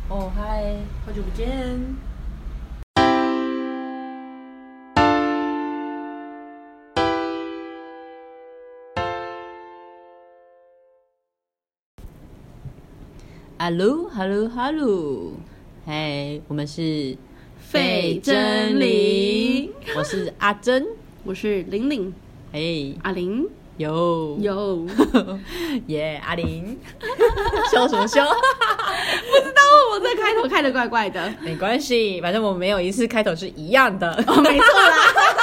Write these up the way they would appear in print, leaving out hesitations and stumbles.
哦嗨， 好久不见。 Hello，嘿，我们是费真理， 我是阿珍， 我是玲玲， 嘿， 阿玲， 有耶，阿玲，笑什么笑？ 不知道我这开头开得怪怪的， 没关系，反正我们没有一次开头是一样的。 哦，没错啦。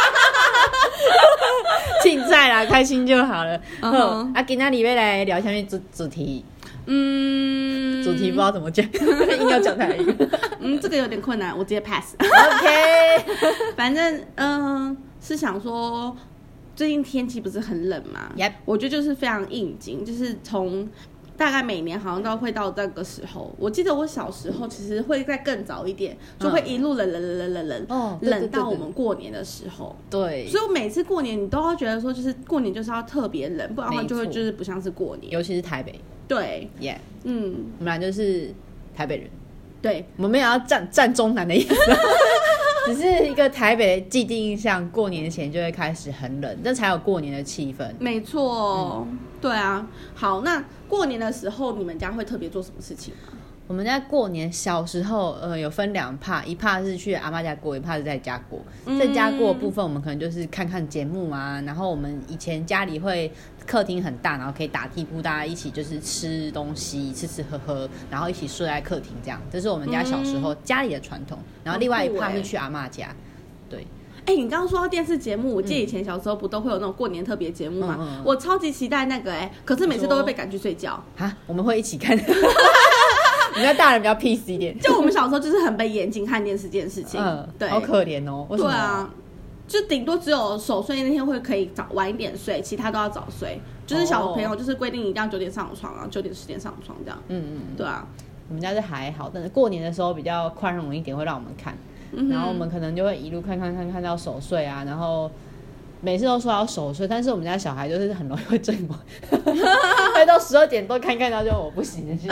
竞赛啦，开心就好了。今天要来聊下面主题。主题不知道怎么讲，硬要讲台语。 这个有点困难，我直接 pass。 OK， 反正是想说，最近天气不是很冷嘛？ Yep 我觉得就是非常应景，就是从大概每年好像都会到这个时候。我记得我小时候其实会再更早一点，就会一路冷到我们过年的时候。 对， 所以我每次过年你都要觉得说，就是过年就是要特别冷，不然的话就会就是不像是过年。 尤其是台北。 对， 我们俩就是台北人。 对， 我们没有要站中南的意思，只是一个台北的既定印象，过年前就会开始很冷，这才有过年的气氛。 没错，对啊。好，那过年的时候你们家会特别做什么事情吗？ 我们家过年小时候，有分两趴，一趴是去阿嬷家过，一趴是在家过。在家过的部分，我们可能就是看看节目啊，然后我们以前家里会客厅很大，然后可以打地铺，大家一起就是吃东西，吃吃喝喝，然后一起睡在客厅这样。这是我们家小时候家里的传统。然后另外一趴是去阿嬷家，对。 你刚刚说到电视节目，我记得以前小时候不都会有那种过年特别节目吗？我超级期待那个可是每次都会被赶去睡觉。 我们会一起看。你们家大人比较 peace 一点， 就我们小时候就是很被严禁看电视这件事情，对， 好可怜哦。为什么？ 对啊，就顶多只有守岁那天会可以晚一点睡，其他都要早睡。就是小朋友就是规定一定要9点上床啊，9点10点上床这样。对啊， 我们家是还好，但是过年的时候比较宽容一点，会让我们看，然后我们可能就会一路看到守岁啊，然后。每次都说要守岁，但是我们家小孩就是很容易会阵亡，会到12点多看到就我不行了，所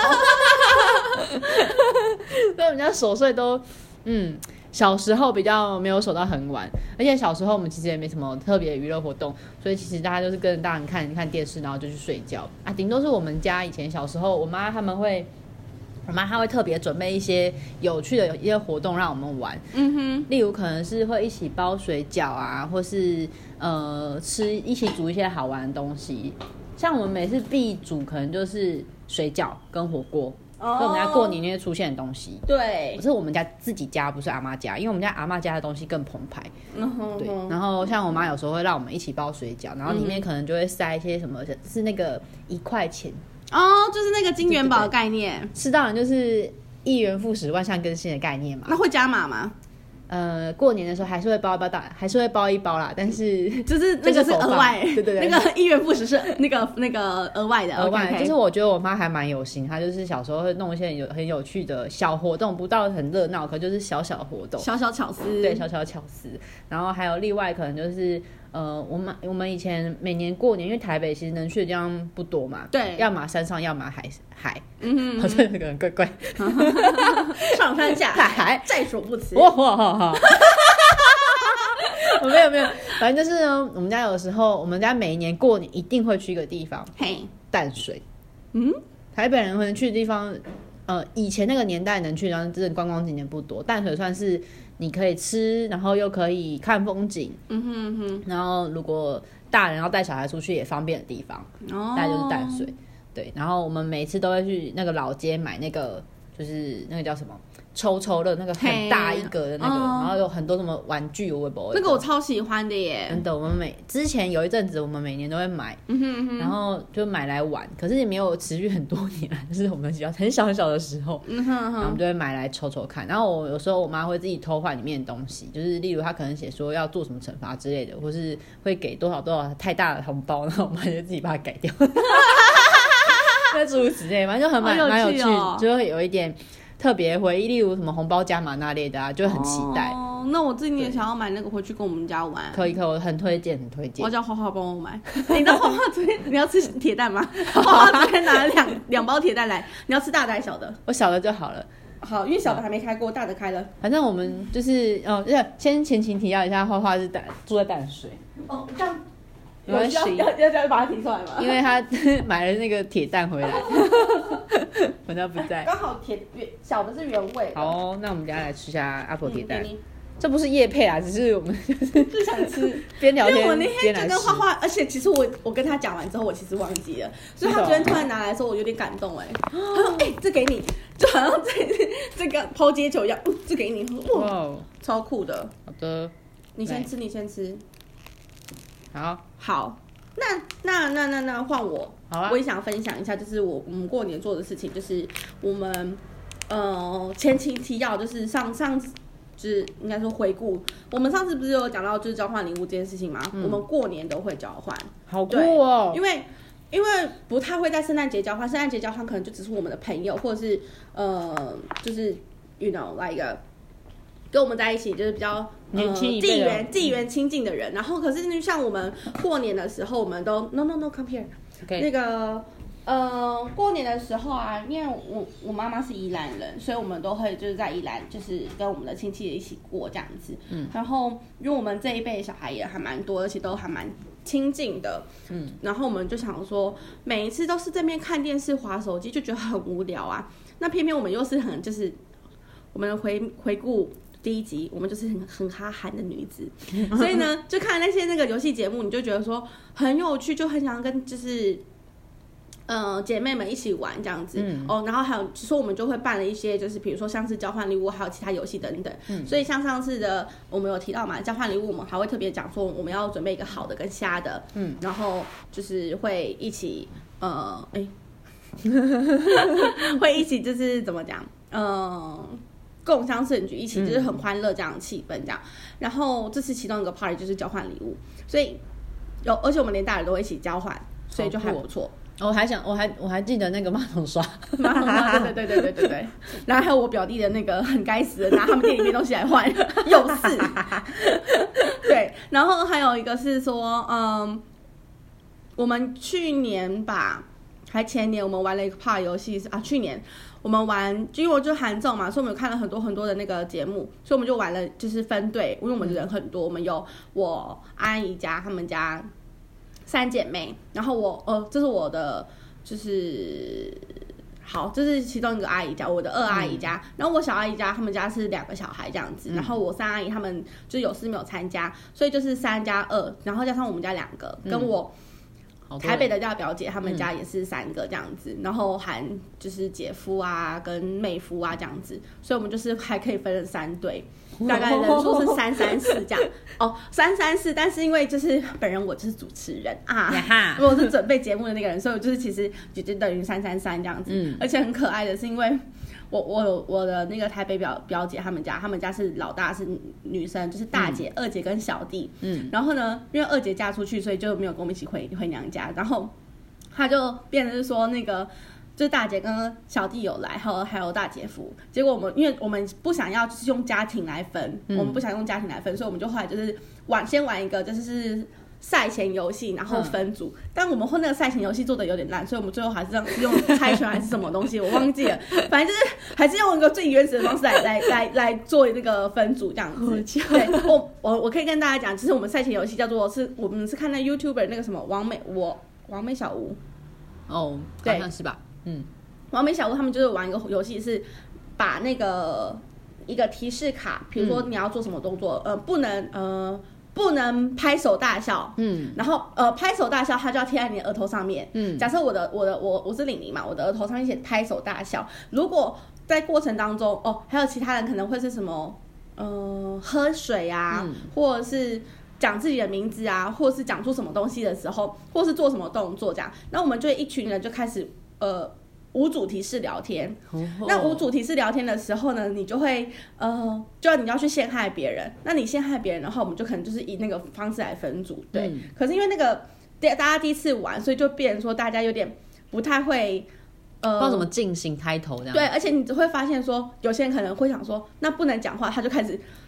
以我们家守岁都，小时候比较没有守到很晚，而且小时候我们其实也没什么特别娱乐活动，所以其实大家就是跟着大人看电视，然后就去睡觉啊。顶多是我们家以前小时候，我妈她会特别准备一些有趣的一些活动让我们玩，例如可能是会一起包水饺啊，或是一起煮一些好玩的东西。像我们每次必煮可能就是水饺跟火锅，所以我们家过年就会出现的东西。 对， 可是我们家自己家，不是阿妈家，因为我们家阿妈家的东西更澎湃。对，然后像我妈有时候会让我们一起包水饺，然后里面可能就会塞一些什么，是那个1块钱。 就是那个金元宝的概念， 吃到人就是1元复始，万象更新的概念嘛。 那会加码吗？ 过年的时候还是会包一包啦，但是就是那个是额外， 对， 那个1元复始是那个额外的， okay. 就是我觉得我妈还蛮有心，她就是小时候会弄一些很有趣的小活动，不到很热闹，可就是小小活动， 小小巧思， 对，小小巧思。然后还有另外可能就是我们以前每年过年，因为台北其实能去的地方不多嘛，对，要么山上，要么海，好像那个人怪怪， 上山下海，在所不辞。 哇，我没有，反正就是呢，我们家有时候，我们家每一年过年一定会去一个地方，淡水。台北人可能去的地方，以前那个年代能去的地方，真的观光景点不多，淡水算是你可以吃，然后又可以看风景，然后如果大人要带小孩出去也方便的地方，大概就是淡水。对，然后我们每次都会去那个老街买那个，就是那个叫什么抽乐，那个很大一格的那个，然后有很多什么玩具，我也不会。 那个我超喜欢的耶！ 真的，我们之前有一阵子，我们每年都会买，然后就买来玩，可是也没有持续很多年，就是我们很小的时候，然后我们就会买来抽看。然后有时候我妈会自己偷换里面的东西，就是例如她可能写说要做什么惩罚之类的，或是会给多少太大的红包，然后我妈就自己把它改掉。诸如此类，反正就蛮有趣，就会有一点特别回忆，例如什么红包加码那类的啊，就很期待。 那我今年想要买那个回去跟我们家玩， 可以，我很推荐。 我要叫花花帮我买。你知道花花昨天你要吃铁蛋吗？花花昨天拿了两包铁蛋来，你要吃大的还是小的？ 我小的就好了。 好，因为小的还没开过，大的开了。 反正我们就是先前情提要一下，花花是住在淡水。 哦，这样没关系， 要把它提出来吗？ 因为他买了那个铁蛋回来，我家不在。 刚好小的是原味。 好，那我们等一下来吃一下阿婆铁蛋。这不是业配啊，只是我们就想吃， 边聊天因为我那天就跟花花，而且其实我跟他讲完之后，我其实忘记了，所以他昨天突然拿来的时候，我有点感动哎。他说：“这给你，就好像这个抛接球一样，这给你，哇，超酷的。” 好的， 你先吃，你先吃。 好， 那换我， 好啊， 我也想分享一下，就是我们过年做的事情，就是我们前情提要，就是上次。就是应该说回顾，我们上次不是有讲到就是交换礼物这件事情吗？我们过年都会交换， 好酷哦！ 因为不太会在圣诞节交换，圣诞节交换可能就只是我们的朋友，或者是就是 you know like 跟我们在一起就是比较年轻一辈的地缘亲近的人。然后可是像我们过年的时候，我们都 no come here， 那个。过年的时候啊，因为我妈妈是宜兰人，所以我们都会就是在宜兰，就是跟我们的亲戚一起过这样子。然后因为我们这一辈小孩也还蛮多，而且都还蛮亲近的。然后我们就想说，每一次都是这边看电视、滑手机，就觉得很无聊啊。那偏偏我们又是就是我们回顾第一集，我们就是很哈韩的女子，所以呢，就看那些那个游戏节目，你就觉得说很有趣，就很想跟就是。姐妹们一起玩这样子，然后还有说我们就会办了一些，就是比如说像是交换礼物，还有其他游戏等等。所以像上次的我们有提到嘛，交换礼物我们还会特别讲说我们要准备一个好的跟瞎的，然后就是会一起会一起就是怎么讲，共襄盛举，一起就是很欢乐这样的气氛这样。然后这是其中一个 party 就是交换礼物，所以而且我们连大人都会一起交换，所以就还不错。 我还记得那个马桶刷， 对，然后还有我表弟的那个很该死的拿他们店里面东西来换，又是，对，然后还有一个是说，我们去年吧，还前年我们玩了一个 party 游戏啊，去年我们玩，因为我就韩综嘛，所以我们有看了很多的那个节目，所以我们就玩了就是分队，因为我们人很多，我们有我阿姨家他们家。3姐妹，然后这是我的，就是好，这是其中一个阿姨家，我的2阿姨家，然后我小阿姨家，他们家是2个小孩这样子，然后我3阿姨他们就有事没有参加，所以就是3加2，然后加上我们家2个，跟我台北的家表姐他们家也是3个这样子，然后含就是姐夫啊跟妹夫啊这样子，所以我们就是还可以分了3队。大概人数是334这样334，但是因为就是本人我就是主持人啊，我是准备节目的那个人，所以我就是其实就等于333这样子，而且很可爱的是因为我的那个台北表姐他们家是老大是女生，就是大姐、2姐跟小弟，然后呢，因为2姐嫁出去，所以就没有跟我们一起回娘家，然后他就变成是说那个。就是大姐跟小弟有来，还有大姐夫。结果因为我们不想要就是用家庭来分，我们不想用家庭来分，所以我们就后来就是先玩一个就是赛前游戏，然后分组。但我们那个赛前游戏做的有点烂，所以我们最后还是用猜拳还是什么东西，我忘记了。反正就是还是用一个最原始的方式来做那个分组这样子。对，我可以跟大家讲，其实我们赛前游戏叫做我们是看那 YouTuber 那个什么王美小屋。 好像是吧。 王美小屋他们就是玩一个游戏，是把那个一个提示卡，比如说你要做什么动作，不能拍手大笑，然后拍手大笑，它就要贴在你的额头上面，假设我是玲玲嘛，我的额头上面写拍手大笑，如果在过程当中还有其他人可能会是什么喝水啊，或者是讲自己的名字啊，或者是讲出什么东西的时候，或是做什么动作这样，那我们就一群人就开始无主题式聊天。那无主题式聊天的时候呢，你就会就你要去陷害别人。那你陷害别人的话，我们就可能就是以那个方式来分组。对，可是因为那个大家第一次玩，所以就变成说大家有点不太会。 不知道怎么进行开头这样。 对，而且你只会发现说，有些人可能会想说，那不能讲话，他就开始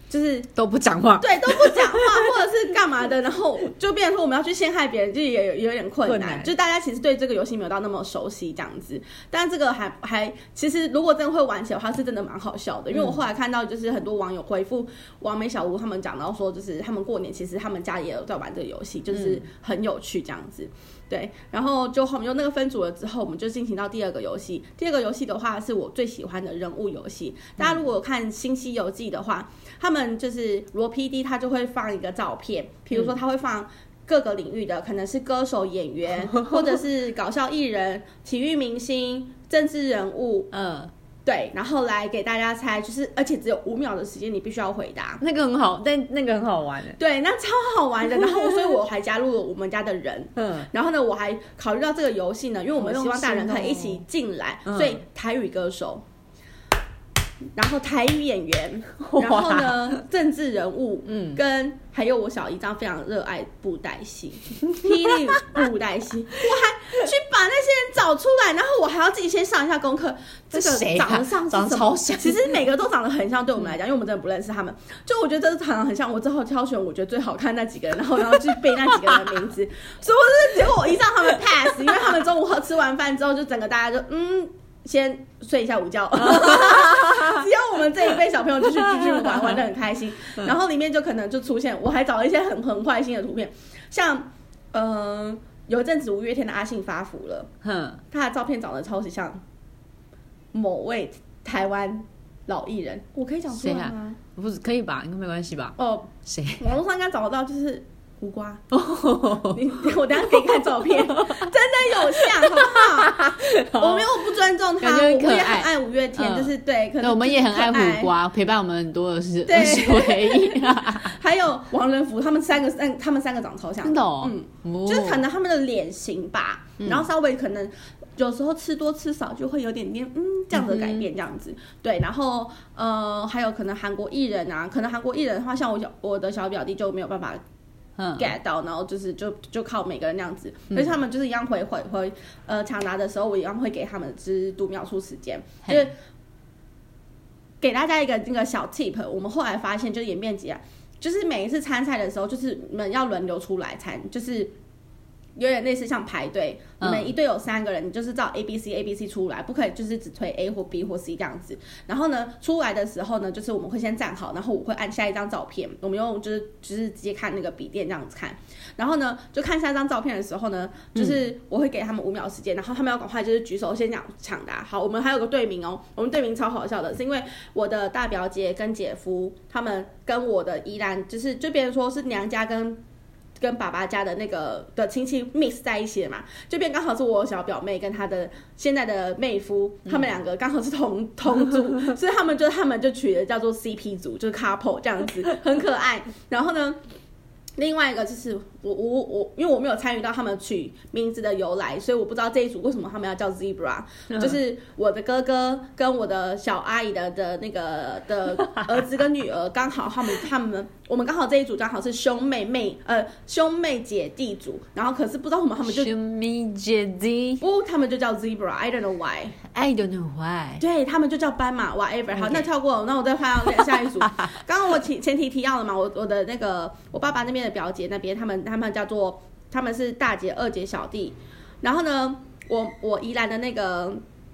就是都不讲话， 对，都不讲话，或者是干嘛的，然后就变成说我们要去陷害别人，就也有点困难。就大家其实对这个游戏没有到那么熟悉这样子，但这个还其实如果真的会玩起来的话，是真的蛮好笑的。因为我后来看到就是很多网友回复王美小屋他们讲到说，就是他们过年其实他们家也有在玩这个游戏，就是很有趣这样子。对，然后就我们用那个分组了之后，我们就进行到第二个游戏。第二个游戏的话是我最喜欢的人物游戏。大家如果有看《新西游记》的话，他们就是罗 PD 他就会放一个照片，比如说他会放各个领域的，可能是歌手、演员，或者是搞笑艺人、体育明星、政治人物，对，然后来给大家猜，就是而且只有5秒的时间，你必须要回答。 那个很好，但那个很好玩的。 对，那超好玩的。然后所以我还加入了我们家的人，然后呢，我还考虑到这个游戏呢，因为我们希望大人可以一起进来，所以台语歌手。然后台语演员，然后呢政治人物，跟还有我小姨丈非常热爱布袋戏，霹雳布袋戏，我还去把那些人找出来，然后我还要自己先上一下功课。这个长得像是什么？其实每个都长得很像，对我们来讲，因为我们真的不认识他们。就我觉得这长得很像，我之后挑选我觉得最好看那几个人，然后去背那几个人的名字。所以结果我一上他们 pass， 因为他们中午吃完饭之后，就整个大家就先睡一下午觉，只有我们这一辈小朋友继续玩得很开心。然后里面就可能就出现，我还找了一些很坏心的图片，像有一阵子5月天的阿信发福了，他的照片长得超级像某位台湾老艺人，我可以讲出来吗？ 不是可以吧？应该没关系吧？谁？ 网络上应该找得到，就是胡瓜。我等一下给你看照片，真的有像，好不好？我没有不尊重他，我也很爱5月天，就是对，可能我们也很爱胡瓜，陪伴我们很多的是回忆。 还有王仁福，他们三个长超像， 真的就是可能他们的脸型吧，然后稍微可能有时候吃多吃少就会有点点这样的改变这样子。对，然后还有可能韩国艺人啊，可能韩国艺人的话，像我的小表弟就没有办法get 到，然后就靠每个人那样子，所以他们就是一样回抢答的时候，我一样会给他们只读描述时间，就是给大家一个那个小 tip。我们后来发现，就是演变起来，就是每一次参赛的时候，就是你们要轮流出来参，就是有点类似像排队，你们一队有3个人，你就是照 ABC 出来，不可以就是只推 A 或 B 或 C 这样子。然后呢，出来的时候呢，就是我们会先站好，然后我会按下一张照片，我们用就是直接看那个笔电这样子看。然后呢，就看下一张照片的时候呢，就是我会给他们5秒时间，然后他们要赶快就是举手先抢答。好，我们还有个队名哦，我们队名超好笑的，是因为我的大表姐跟姐夫他们跟我的宜兰就别人说是娘家跟爸爸家的那个的亲戚 mix 在一起的嘛，就变刚好是我小表妹跟她的现在的妹夫，他们2个刚好是同组，所以他们就取的叫做 CP 组，就是 couple 这样子，很可爱。然后呢，另外一个就是我因为我没有参与到他们取名字的由来，所以我不知道这一组为什么他们要叫 Zebra，就是我的哥哥跟我的小阿姨的那个的儿子跟女儿，刚好我们刚好这一组刚好是兄妹姐弟组，然后可是不知道为什么他们就兄妹姐弟他们就叫 Zebra，I don't know why， I don't know why， 对，他们就叫斑马 whatever。 好，那跳过，那我再换到下一组。刚刚我前提提到了嘛，我的那个我爸爸那边的表姐那边，他们叫做他们是大姐、二姐、小弟。然后呢，我宜兰的那个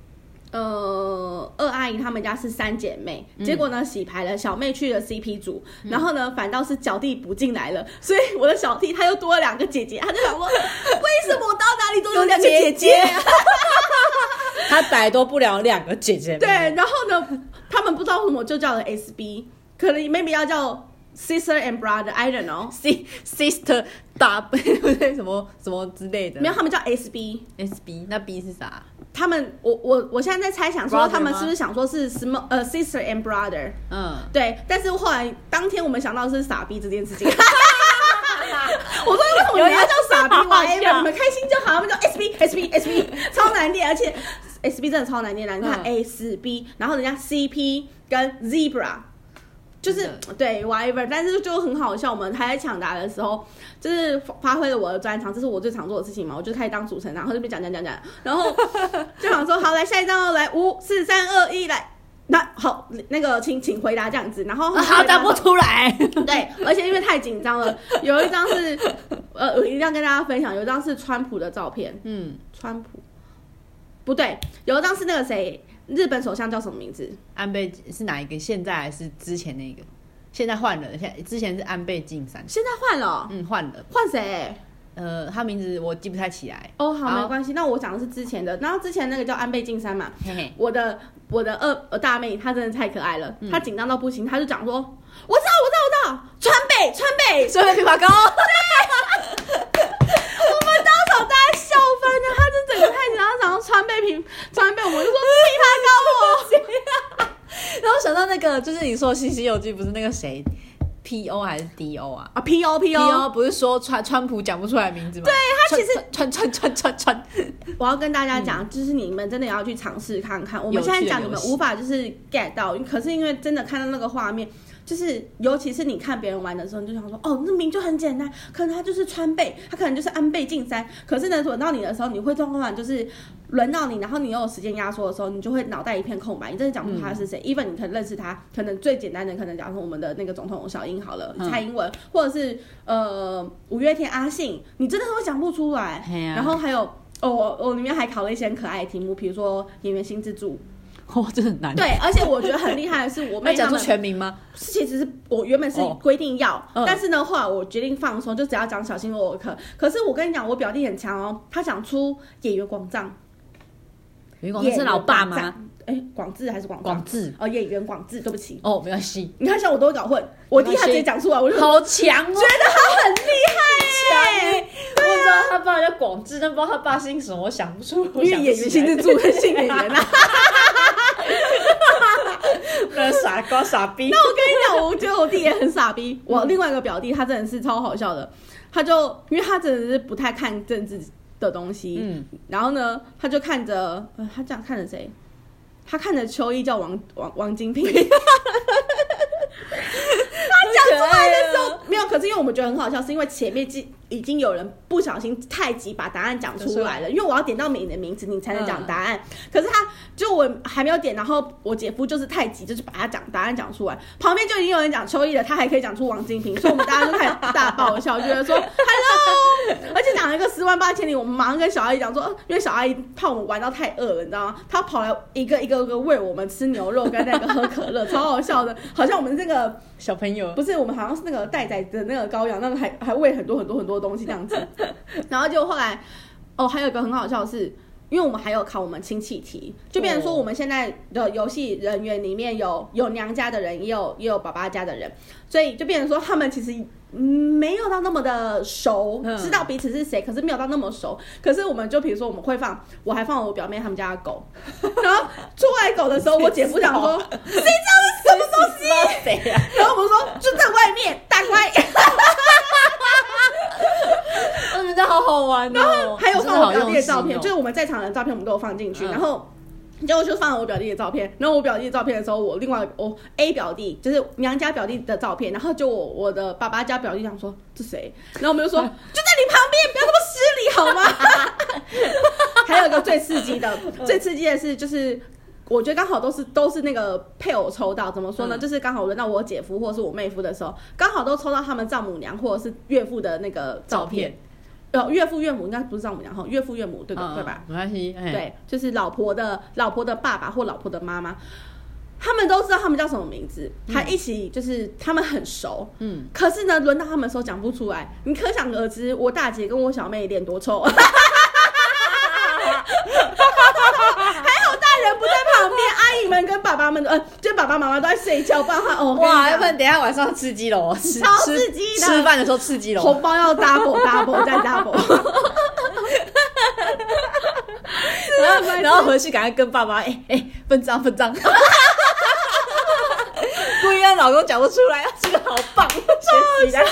二阿姨他们家是3姐妹，结果呢洗牌了，小妹去了 CP 组，然后呢反倒是小弟补进来了，所以我的小弟他又多了2个姐姐，他就想说为什么我到哪里都有2个姐姐？ 他摆脱不了2个姐姐。 对，然后呢，他们不知道为什么就叫了 SB， 可能 maybe 要叫 sister and brother，I don't know，sister 大不对什么之类的， 没有，他们叫 SB， 那 B 是啥？ 他们我现在在猜想说他们是不是想说是什么sister and brother， 对，但是后来当天我们想到的是傻逼这件事情。我说为什么你要叫傻逼？whatever， 你们开心就好。他们叫 SB， 超难念，而且 SB 真的超难念的。你看 A4B， 然后人家 CP 跟 Zebra。就是对 whatever， 但是就很好笑。我们还在抢答的时候，就是发挥了我的专长，这是我最常做的事情嘛。我就开始当主持人，然后这边讲，然后就想说好，来下一张哦，来5、4、3、2、1，来那好，那个请回答这样子，然后好答不出来。 对，而且因为太紧张了，有一张是我一定要跟大家分享，有一张是川普的照片，川普不对，有一张是那个谁，日本首相叫什么名字？ 安倍是哪一个？现在还是之前那个？现在换了，之前是安倍晋三， 现在换了， 换了， 换谁？ 他名字我记不太起来。 哦，好，没关系。那我讲的是之前的，然后之前那个叫安倍晋三嘛。嘿嘿，我的大妹，她真的太可爱了，她紧张到不行，她就讲说，我知道，川贝枇杷膏。对，我们当场大家笑翻了，她就整个太紧张，讲到川贝，我们就说枇杷膏哦。 然后想到那个，就是你说《西西游记》不是那个谁？ P.O. 还是 D.O. 啊 ？P.O. 不是说川普讲不出来名字吗？ 对，他其实川。 我要跟大家讲，就是你们真的也要去尝试看看。我们现在讲你们无法就是 get 到，可是因为真的看到那个画面，就是尤其是你看别人玩的时候，你就想说，哦，那名就很简单，可能他就是川贝，他可能就是安倍晋三。可是呢，轮到你的时候，你会状况就是轮到你，然后你又有时间压缩的时候，你就会脑袋一片空白，你真的讲不出他是谁。even 你可能认识他，可能最简单的可能讲说我们的那个总统小英好了，蔡英文，或者是五月天阿信，你真的会讲不出来。然后还有我里面还考了一些很可爱的题目，比如说演员新之助。 真的很难。 对，而且我觉得很厉害的是，我妹讲出全名吗？ 其实是我原本是规定要，但是呢，后来我决定放松，就只要讲小新罗尔克。可是我跟你讲，我表弟很强哦，他讲出演员广藏。 演员广藏是老爸吗？ 广志还是广志？ 演员广志，对不起。 没关系。 你看，像我都会搞混，我弟他直接讲出来，我就好强哦， 觉得他很厉害耶。我知道他爸叫广志，但不知道他爸姓什么，我想不出。 因为演员姓是助跟姓演员啊。 那傻逼。 那我跟你讲，我觉得我弟也很傻逼。我另外一个表弟，他真的是超好笑的。他就因为他真的是不太看政治的东西，然后呢，他就看着他这样看着谁？他看着邱毅叫王金平。他讲出来的时候没有，可是因为我们觉得很好笑，是因为前面已经有人不小心太急把答案讲出来了，因为我要点到你的名字，你才能讲答案。可是他就我还没有点，然后我姐夫就是太急，就是把他答案讲出来，旁边就已经有人讲邱毅了，他还可以讲出王金平，所以我们大家就开始大爆笑，觉得说 hello， 而且讲了一个10万8千里，我们马上跟小阿姨讲说，因为小阿姨怕我们玩到太饿了，你知道吗？她跑来一个喂我们吃牛肉跟那个喝可乐，超好笑的，好像我们这个小朋友不是，我们好像是那个待宰的那个羔羊，那个还喂很多东西这样子。然后就后来还有一个很好笑的是，因为我们还有考我们亲戚题，就变成说我们现在的游戏人员里面有娘家的人，也有爸爸家的人，所以就变成说他们其实没有到那么的熟，知道彼此是谁，可是没有到那么熟。可是我们就比如说我还放我表妹他们家的狗，然后出来狗的时候，我姐夫讲说谁知道是什么东西？然后我们说就在外面大乖。 我觉得好好玩哦。 然后还有放我表弟的照片，就是我们在场的照片我们都有放进去，然后结果就放了我表弟的照片。然后我表弟的照片的时候，我A 表弟就是娘家表弟的照片，然后就我的爸爸家表弟想说这谁？然后我们就说就在你旁边，不要那么失礼好吗？还有一个最刺激的是就是我觉得刚好都是那个配偶抽到，怎么说呢？就是刚好轮到我姐夫或者是我妹夫的时候，刚好都抽到他们丈母娘或者是岳父的那个照片。岳父岳母应该不是丈母娘哈，岳父岳母对吧？ 没关系， 对，就是老婆的爸爸或老婆的妈妈，他们都知道他们叫什么名字，还一起就是他们很熟，可是呢，轮到他们的时候讲不出来，你可想而知，我大姐跟我小妹脸多臭。还好大人不在旁边，阿姨们跟爸爸们就爸爸妈妈都在睡觉，不然话哇，要不然等一下晚上吃鸡喽， 超刺激的， 吃饭的时候吃鸡喽， 红包要 double 再 double。 然后回去赶快跟爸爸分账。不一样，老公讲不出来，这个好棒，学习的。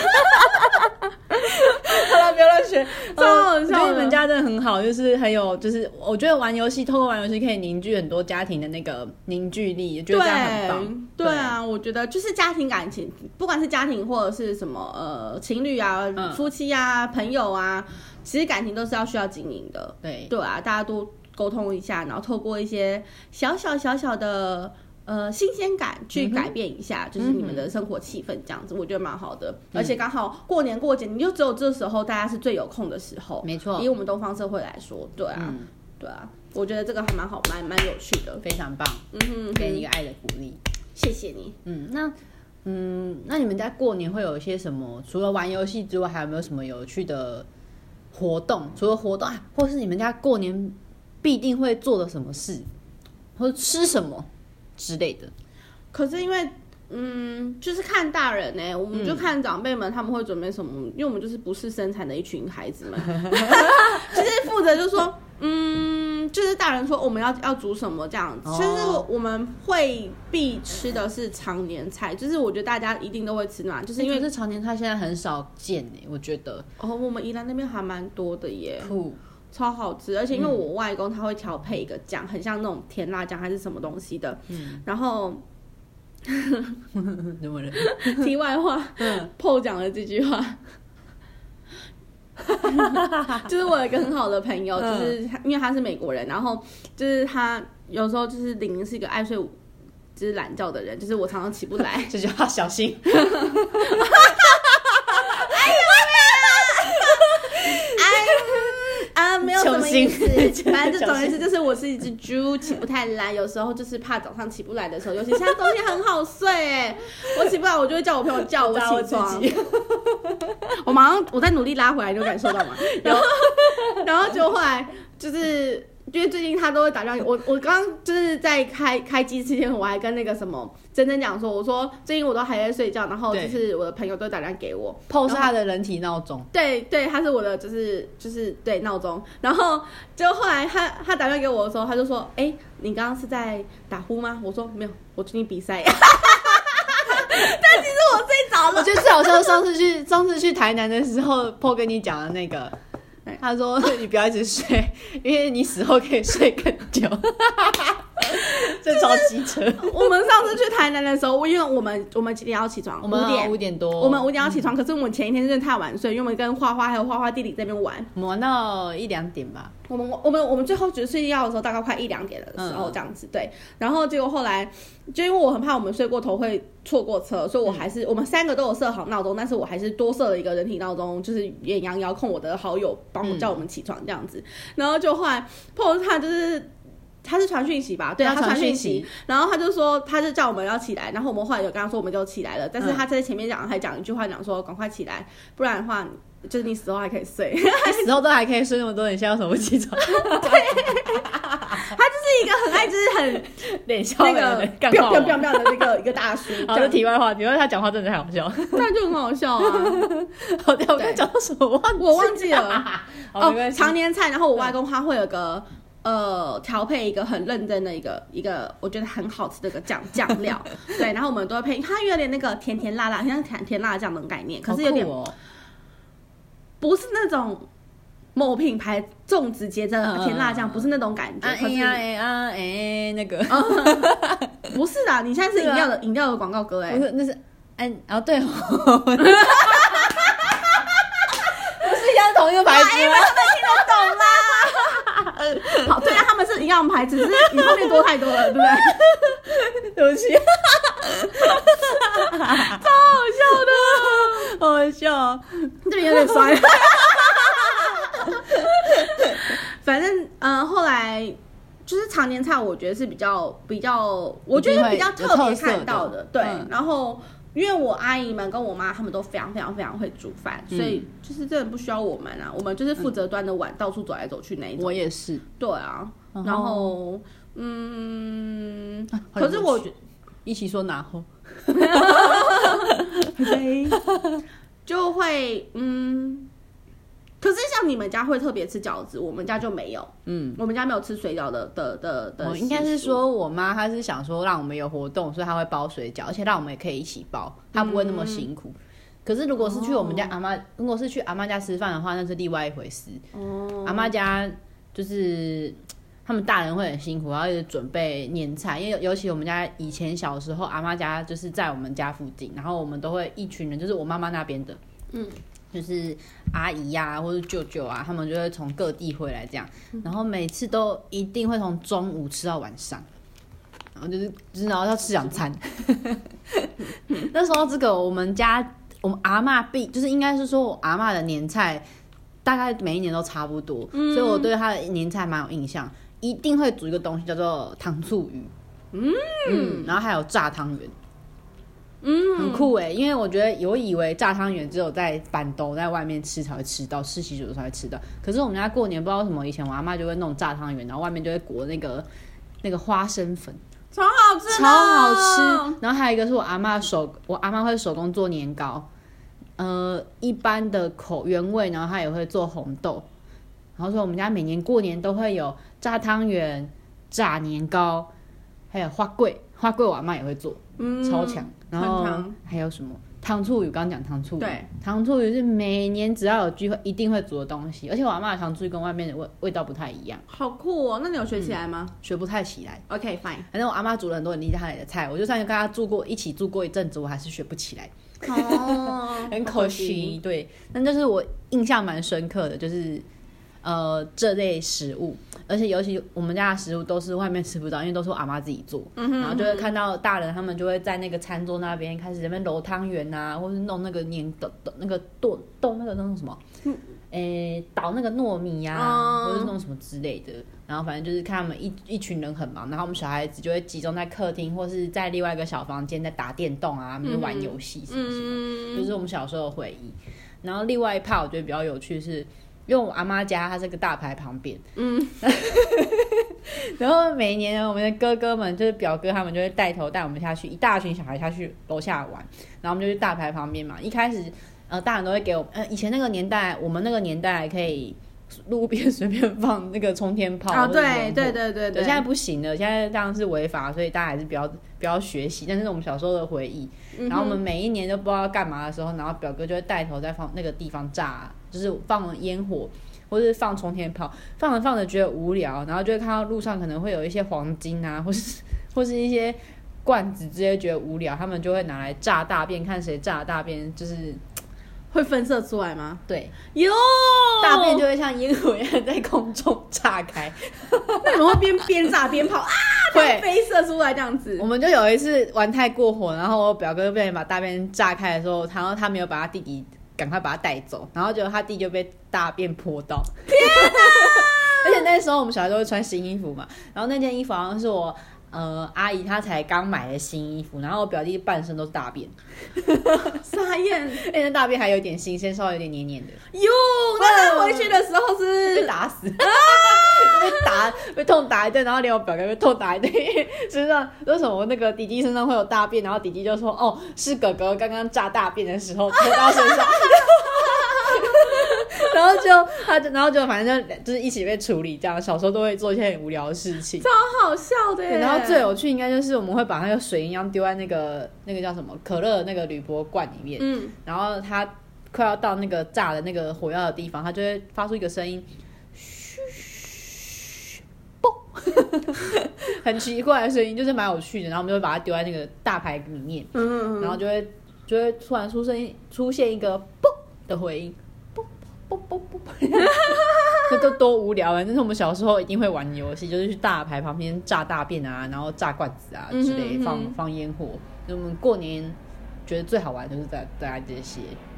好了，不要乱学。我觉得你们家真的很好，就是很有，就是我觉得透过玩游戏可以凝聚很多家庭的那个凝聚力，觉得这样很棒。 对啊，我觉得就是家庭感情，不管是家庭或者是什么情侣啊、夫妻啊、朋友啊，其实感情都是需要经营的。对啊，大家多沟通一下，然后透过一些小小的新鲜感去改变一下，就是你们的生活气氛这样子，我觉得蛮好的。而且刚好过年过节，你就只有这时候大家是最有空的时候， 没错。 以我们东方社会来说，对啊，对啊，我觉得这个还蛮好，蛮有趣的， 非常棒。给你一个爱的鼓励， 谢谢你。 那你们家过年会有一些什么？除了玩游戏之外，还有没有什么有趣的活动？除了活动或是你们家过年必定会做的什么事，或者吃什么之类的？ 可是因为就是看大人呢，我们就看长辈们他们会准备什么，因为我们就是不是生产的一群孩子们，就是负责就说就是大人说我们要煮什么这样子，就是我们会必吃的是常年菜，就是我觉得大家一定都会吃嘛，就是因为是常年菜现在很少见我觉得我们宜兰那边还蛮多的耶，超好吃，而且因为我外公他会调配一个酱，很像那种甜辣酱还是什么东西的，然后题外话，PO 讲了这句话。就是我有一个很好的朋友，就是因为他是美国人，然后就是他有时候就是玲玲是一个爱睡就是懒觉的人，就是我常常起不来， 这句话小心。 没有什么意思，反正就总而言之就是我是一只猪，起不太来，有时候就是怕早上起不来的时候，尤其现在冬天很好睡我起不来我就会叫我朋友叫我起床，我马上我再努力拉回来，你有感受到吗？然后就后来就是因为最近他都会打电话，我刚刚就是在开机之前，我还跟那个什么珍珍讲说，我说最近我都还在睡觉，然后就是我的朋友都打电话给我 ，PO 是他的人体闹钟， 对，他是我的就是对闹钟，然后就后来他打电话给我的时候，他就说，你刚刚是在打呼吗？我说没有，我最近比赛。但其实我睡着了。 我觉得最好笑，上次去台南的时候，PO 跟你讲的那个。他说：“你不要一直睡，因为你死后可以睡更久。”这超机车。 我们上次去台南的时候，因为我们几点要起床？ 我们5点多。 我们5点要起床，可是我们前一天真的太晚睡，因为我们跟花花还有花花弟弟在那边玩， 我们玩到1-2点吧。 我们最后觉得睡觉的时候大概快1-2点的时候这样子，对。然后结果后来就因为我很怕我们睡过头会错过车，所以我们3个都有设好闹钟，但是我还是多设了一个人体闹钟，就是远洋遥控我的好友帮我叫我们起床这样子。然后就后来 PO 他是传讯息吧，对，他传讯息，然后他就说他就叫我们要起来，然后我们后来有跟他说我们就起来了，但是他在前面还讲一句话，讲说赶快起来，不然的话就是你死后还可以睡， 死后都还可以睡那么多，你现在为什么不起床？ 对，他就是一个很爱就是很脸笑那个干话的一个大叔。 好，这题外话，因为他讲话真的太好笑， 他就很好笑啊。 好的，我刚讲到什么我忘记了。常年菜，然后我外公他会有个调配一个很认真的一个我觉得很好吃的一个酱料，对，然后我们都会配，它有点那个甜甜辣辣，像甜辣酱的概念，可是有点不是那种某品牌种植节的甜辣酱，不是那种感觉。可是那个不是啊，你现在是饮料的广告歌不是，那是对不是一样同一个牌子吗？ 听得懂啦。好，对啊，他们是一样牌子，只是你后面多太多了，对不对？ 对不起， 超好笑的， 好好笑， 这边有点酸。反正后来就是常年菜，我觉得是比较，我觉得比较特别看到的，对，然后。因为我阿姨们跟我妈他们都非常非常非常会煮饭，所以就是真的不需要我们啊，我们就是负责端着碗到处走来走去那一种。 我也是。 对啊，然后可是我一起说拿后， 就会可是像你们家会特别吃饺子，我们家就没有。我们家没有吃水饺的。 应该是说我妈她是想说让我们有活动，所以她会包水饺，而且让我们也可以一起包，她不会那么辛苦。可是如果是去我们家阿妈，如果是去阿妈家吃饭的话，那是另外一回事。阿妈家就是他们大人会很辛苦，然后一直准备年菜，因为尤其我们家以前小时候，阿妈家就是在我们家附近，然后我们都会一群人，就是我妈妈那边的，就是阿姨啊，或者舅舅啊，他们就会从各地回来这样，然后每次都一定会从中午吃到晚上， 然后就是然后要吃两餐。那时候这个我们阿嬷就是应该是说我阿嬷的年菜大概每一年都差不多，所以我对她的年菜蛮有印象。一定会煮一个东西叫做糖醋鱼，然后还有炸汤圆。很酷欸，因为我觉得我以为炸汤圆只有在板兜在外面吃才会吃到，吃喜酒才会吃到。可是我们家过年不知道为什么，以前我阿嬷就会弄炸汤圆，然后外面就会裹那个花生粉， 超好吃， 超好吃。然后还有一个是我阿嬷会手工做年糕，一般的原味，然后她也会做红豆。然后说我们家每年过年都会有炸汤圆、炸年糕，还有花粿我阿嬷也会做，超强。然后还有什么糖醋鱼？刚刚讲糖醋鱼，对，糖醋鱼是每年只要有聚会一定会煮的东西，而且我阿嬷的糖醋鱼跟外面的味道不太一样。 好酷哦！那你有学起来吗？ 学不太起来。 OK fine。 反正我阿嬷煮了很多很厉害的菜，我就算跟她一起住过一阵子，我还是学不起来。很可惜。对，但就是我印象蛮深刻的，就是这类食物。而且尤其我们家的食物都是外面吃不到，因为都是我阿嬷自己做，然后就会看到大人他们就会在那个餐桌那边开始在那边揉汤圆啊，或是弄那个那个剁那个什么，捣那个糯米啊，或是弄什么之类的。然后反正就是看他们一群人很忙，然后我们小孩子就会集中在客厅或是在另外一个小房间在打电动啊，就玩游戏什么什么，就是我们小时候的回忆。然后另外一 part 我觉得比较有趣是。因为我阿妈家它是个大牌旁边，然后每一年我们的哥哥们就是表哥他们就会带我们下去，一大群小孩下去楼下玩，然后我们就去大牌旁边嘛。一开始大人都会给我以前那个年代，我们那个年代还可以路边随便放那个冲天炮对， 现在不行了，现在这样是违法，所以大家还是不要学习。但是我们小时候的回忆，然后我们每一年都不知道干嘛的时候，然后表哥就会带头在放那个地方炸。就是放烟火，或是放冲天炮，放着放着觉得无聊，然后就会看到路上可能会有一些黄金啊，或是一些罐子之类，觉得无聊，他们就会拿来炸大便，看谁炸的大便就是会分射出来吗？ 对， 哟， 大便就会像烟火一样在空中炸开。 那你们会边炸边跑啊？会飞射出来这样子。 我们就有一次玩太过火，然后我表哥被把大便炸开的时候，然后他没有把他弟弟赶快把他带走，然后结果他弟就被大便泼到。天哪！而且那时候我们小孩都会穿新衣服嘛，然后那件衣服好像是我阿姨她才刚买的新衣服，然后我表弟半身都是大便， 傻眼！ 而且那大便还有点新鲜，稍微有点黏黏的。 哟，那他回去的时候是被打死，被痛打一顿，然后连我表哥被痛打一顿，身上为什么那个弟弟身上会有大便，然后弟弟就说哦，是哥哥刚刚炸大便的时候泼到身上。然后就反正就是一起被处理，这样小时候都会做一些很无聊的事情， 超好笑的耶。 然后最有趣应该就是我们会把那个水银样丢在那个叫什么可乐的那个铝箔罐里面，然后它快要到那个炸的那个火药的地方，它就会发出一个声音，嘘，嘣，很奇怪的声音，就是蛮有趣的。然后我们就会把它丢在那个大牌里面，然后就会突然出现一个嘣的回音。这多无聊啊！但是我们小时候一定会玩游戏，就是去大牌旁边炸大便啊，然后炸罐子啊之类，放烟火。我们过年觉得最好玩的就是大家这些。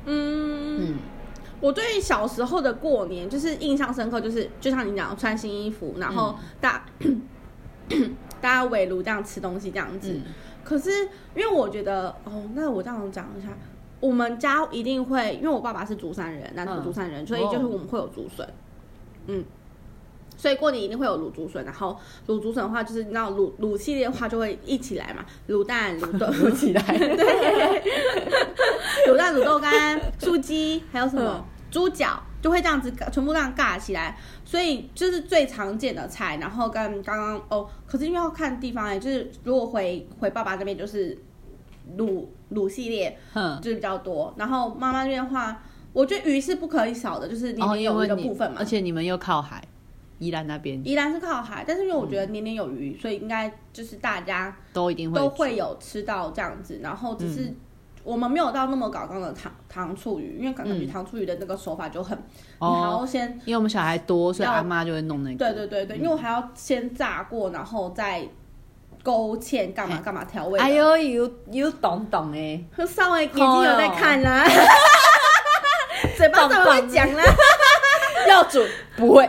我对小时候的过年就是印象深刻，就是就像你讲，穿新衣服，然后大家围炉这样吃东西这样子。可是因为我觉得那我这样讲一下。我们家一定会，因为我爸爸是竹山人，南投竹山人，所以就是我们会有竹笋，所以过年一定会有卤竹笋。然后卤竹笋的话，就是你知道卤系列的话就会一起来嘛，卤蛋、卤豆一起来， 对，卤蛋、卤豆干、酥鸡，还有什么猪脚，就会这样子全部这样尬起来。所以就是最常见的菜。然后跟刚刚可是因为要看地方就是如果回爸爸这边就是。卤系列，就是比较多。然后妈妈那边的话，我觉得鱼是不可以少的，就是年年有余的部分嘛。 而且你们又靠海，宜兰那边。 宜兰是靠海，但是因为我觉得年年有余，所以应该就是大家都一定会有吃到这样子。然后只是我们没有到那么搞纲的糖醋鱼，因为感觉糖醋鱼的那个手法就很，你还要先， 因为我们小孩多，所以阿妈就会弄那个。 对，因为我还要先炸过，然后再勾芡干嘛干嘛调味。 哎呦，有懂哎， 稍微眼睛有在看啦，嘴巴怎么会讲啦？ 要煮不会。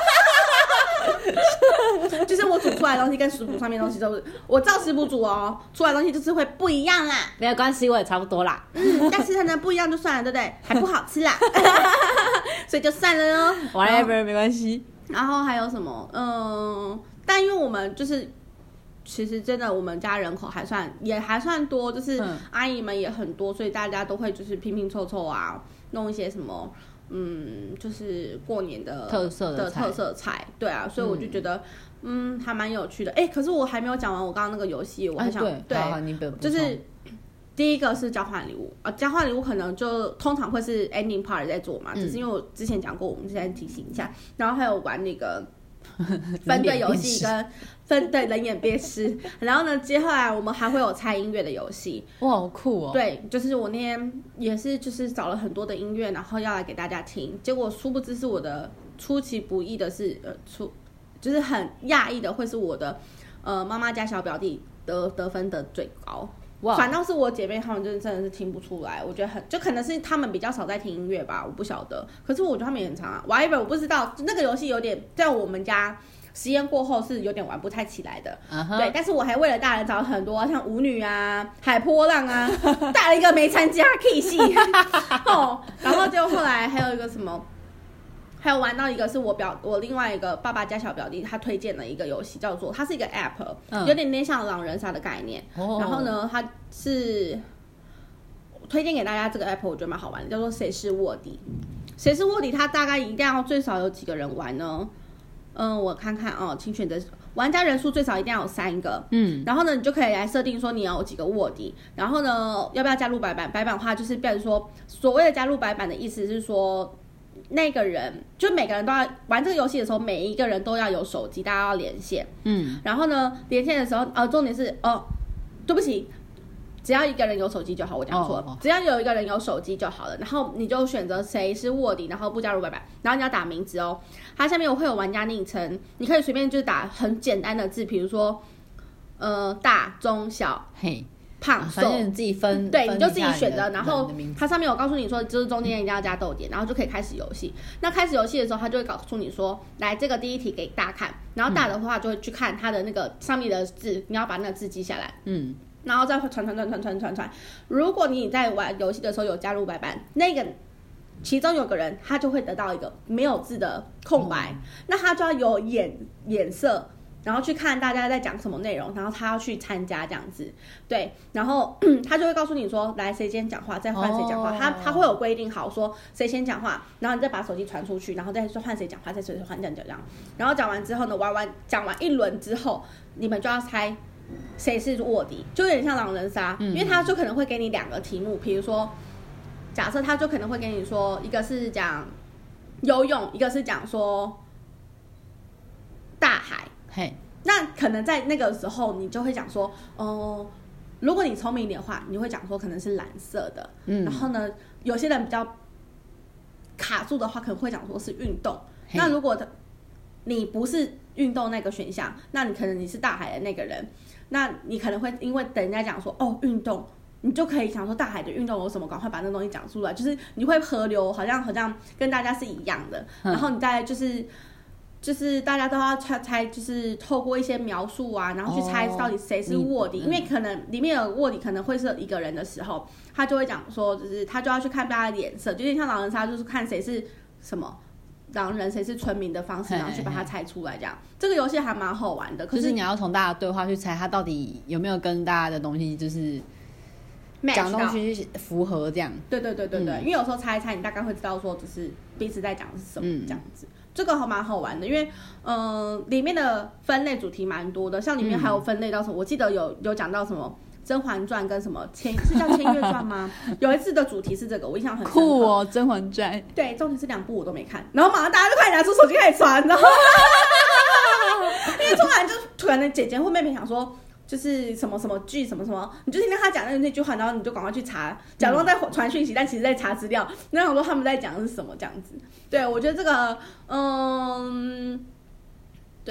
就是我煮出来的东西跟食谱上面的东西都是我照食谱煮哦，出来的东西就是会不一样啦。 没有关系，我也差不多啦。 但是它呢不一样就算了，对不对？还不好吃啦，所以就算了哦。 Whatever， 没关系。 然后还有什么？但因为我们就是其实真的我们家人口还算多，就是阿姨们也很多，所以大家都会就是拼拼凑凑啊，弄一些什么。就是过年的特色菜，对啊，所以我就觉得，还蛮有趣的。可是我还没有讲完我刚刚那个游戏，我还想，对，就是第一个是交换礼物啊，交换礼物可能就通常会是 ending part 在做嘛，只是因为我之前讲过，我们现在提醒一下，然后还有玩那个分队游戏跟分队人眼辨识，然后呢，接下来我们还会有猜音乐的游戏。 哇，好酷哦！ 对，就是我那天也是就是找了很多的音乐，然后要来给大家听，结果殊不知是我的出其不意的是就是很讶异的会是我的妈妈家小表弟得分得最高。Wow. 反倒是我姐妹她们真的是听不出来，我觉得就可能是她们比较少在听音乐吧，我不晓得。可是我觉得她们也很常啊 ，whatever， 我不知道那个游戏有点在我们家实验过后是有点玩不太起来的。对，但是我还为了大人找了很多像舞女啊、海波浪啊，带了一个没参加 K 系然后就后来还有一个什么。还有玩到一个是我另外一个爸爸家小表弟他推荐的一个游戏，叫做它是一个 app，有点像狼人杀的概念。然后呢，它是推荐给大家这个 app， 我觉得蛮好玩的，叫做谁是卧底。谁是卧底，它大概一定要最少有几个人玩呢？我看看哦，请选择玩家人数最少一定要有3个。然后呢，你就可以来设定说你有几个卧底，然后呢，要不要加入白板？白板的话就是变成说，所谓的加入白板的意思是说。那个人就每个人都要玩这个游戏的时候，每一个人都要有手机，大家要连线。然后呢，连线的时候，重点是对不起，只要一个人有手机就好，我讲错了，只要有一个人有手机就好了。然后你就选择谁是卧底，然后不加入白板，然后你要打名字哦。它下面会有玩家昵称，你可以随便就是打很简单的字，比如说大、中、小、 嘿。 胖瘦， 反正你自己分， 对，你就自己选择，然后它上面有告诉你说，就是中间一定要加逗点，然后就可以开始游戏。那开始游戏的时候，它就会告诉你说，来这个第一题给大看，然后大的话就会去看它的那个上面的字，你要把那个字记下来，然后再传。如果你在玩游戏的时候有加入白板，那个其中有个人他就会得到一个没有字的空白，那他就要有眼色。然后去看大家在讲什么内容，然后他要去参加这样子，对，然后他就会告诉你说，来谁先讲话，再换谁讲话，他会有规定好说谁先讲话，然后你再把手机传出去，然后再换谁讲话，再谁换这样，然后讲完之后呢，讲完一轮之后，你们就要猜谁是卧底，就有点像狼人杀，因为他就可能会给你2个题目，比如说假设他就可能会给你说，一个是讲游泳，一个是讲说大海。那可能在那个时候，你就会讲说，如果你聪明一点的话，你会讲说可能是蓝色的。然后呢，有些人比较卡住的话，可能会讲说是运动。那如果你不是运动那个选项，那你可能你是大海的那个人，那你可能会因为等人家讲说运动，你就可以想说大海的运动有什么，赶快把那东西讲出来，就是你会河流好像跟大家是一样的，然后你再就是大家都要猜，就是透过一些描述啊，然后去猜到底谁是卧底，因为可能里面有卧底可能会是一个人的时候，他就会讲说，就是他就要去看大家的脸色，就有点像狼人杀，就是看谁是什么狼人，谁是村民的方式，然后去把它猜出来这样。这个游戏还蛮好玩的，可是你要从大家对话去猜他到底有没有跟大家的东西就是讲东西符合这样。 对，因为有时候猜一猜，你大概会知道说就是彼此在讲的是什么这样子。这个还蛮好玩的，因为里面的分类主题蛮多的，像里面还有分类到什么，我记得有讲到什么《甄嬛传》跟什么是叫《千月传》吗？有一次的主题是这个，我印象很深刻。 酷哦，《甄嬛传》。对， 重点是2部我都没看，然后马上大家就快拿出手机开始传，然后因为突然就突然的姐姐或妹妹想说。就是什么什么剧什么什么，你就听到他讲的那句话，然后你就赶快去查，假装在传讯息，但其实在查资料。那想说他们在讲的是什么这样子？对，我觉得这个，对，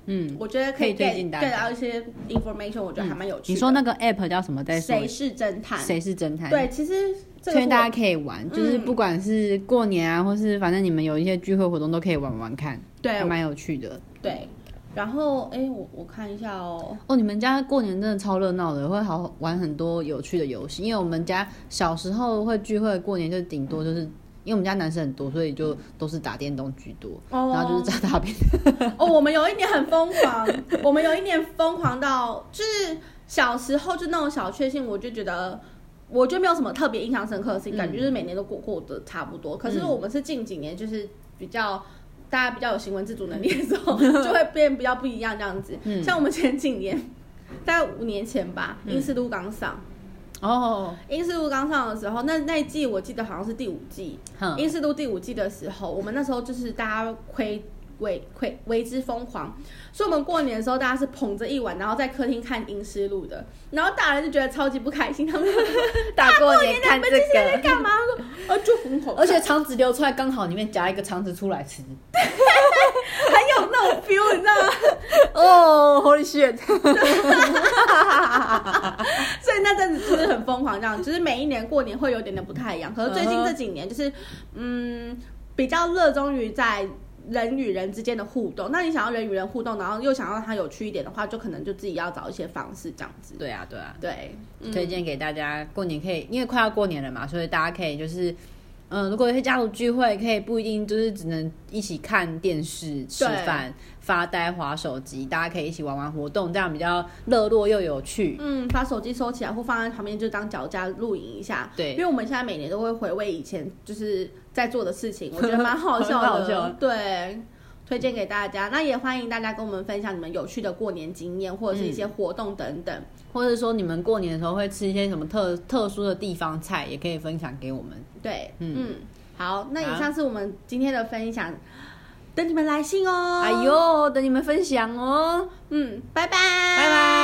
我觉得可以推荐大家 get到一些 information， 我觉得还蛮有趣的。 你说那个 app 叫什么？在谁是侦探？ 谁是侦探？ 对，其实推荐大家可以玩，就是不管是过年啊，或是反正你们有一些聚会活动都可以玩玩看，对，还蛮有趣的。 对。然后，我看一下哦。 你们家过年真的超热闹的，会好玩很多有趣的游戏。因为我们家小时候会聚会，过年就顶多就是，因为我们家男生很多，所以就都是打电动居多，然后就是炸大便。 我们有一年很疯狂，我们有一年疯狂到，就是小时候就那种小确幸，我就觉得没有什么特别印象深刻的事情，感觉就是每年都过得差不多。可是我们是近几年就是大家比较有行为自主能力的时候，就会变比较不一样这样子。像我们前几年，大概5年前吧，阴尸路刚上。阴尸路刚上的时候，那一季我记得好像是第5季。阴尸路第5季的时候，我们那时候就是大家为之疯狂，所以我们过年的时候，大家是捧着一碗，然后在客厅看阴尸路的，然后大人就觉得超级不开心，他们大过年看这个在干嘛？就很好， 而且肠子流出来刚好里面夹一个肠子出来吃， 很有那种 feel， 你知道吗？Holy shit！ 所以那阵子就是很疯狂，这样，就是每一年过年会有点不太一样。可是最近这几年就是比较热衷于在人与人之间的互动。那你想要人与人互动，然后又想要让它有趣一点的话，就可能就自己要找一些方式这样子。 对啊， 对， 推荐给大家，过年可以，因为快要过年了嘛，所以大家可以就是。如果有些家族聚会，可以不一定就是只能一起看电视、吃饭、发呆、滑手机，大家可以一起玩玩活动，这样比较热络又有趣。 把手机收起来或放在旁边，就当脚架录影一下。对，因为我们现在每年都会回味以前就是在做的事情，我觉得蛮好笑的。 蛮好笑。 对。推荐给大家，那也欢迎大家跟我们分享你们有趣的过年经验，或者是一些活动等等， 或者说你们过年的时候会吃一些什么特殊的地方菜，也可以分享给我们。 对，好，那以上是我们今天的分享，等你们来信哦。 哎呦，等你们分享哦。 拜拜， 拜拜。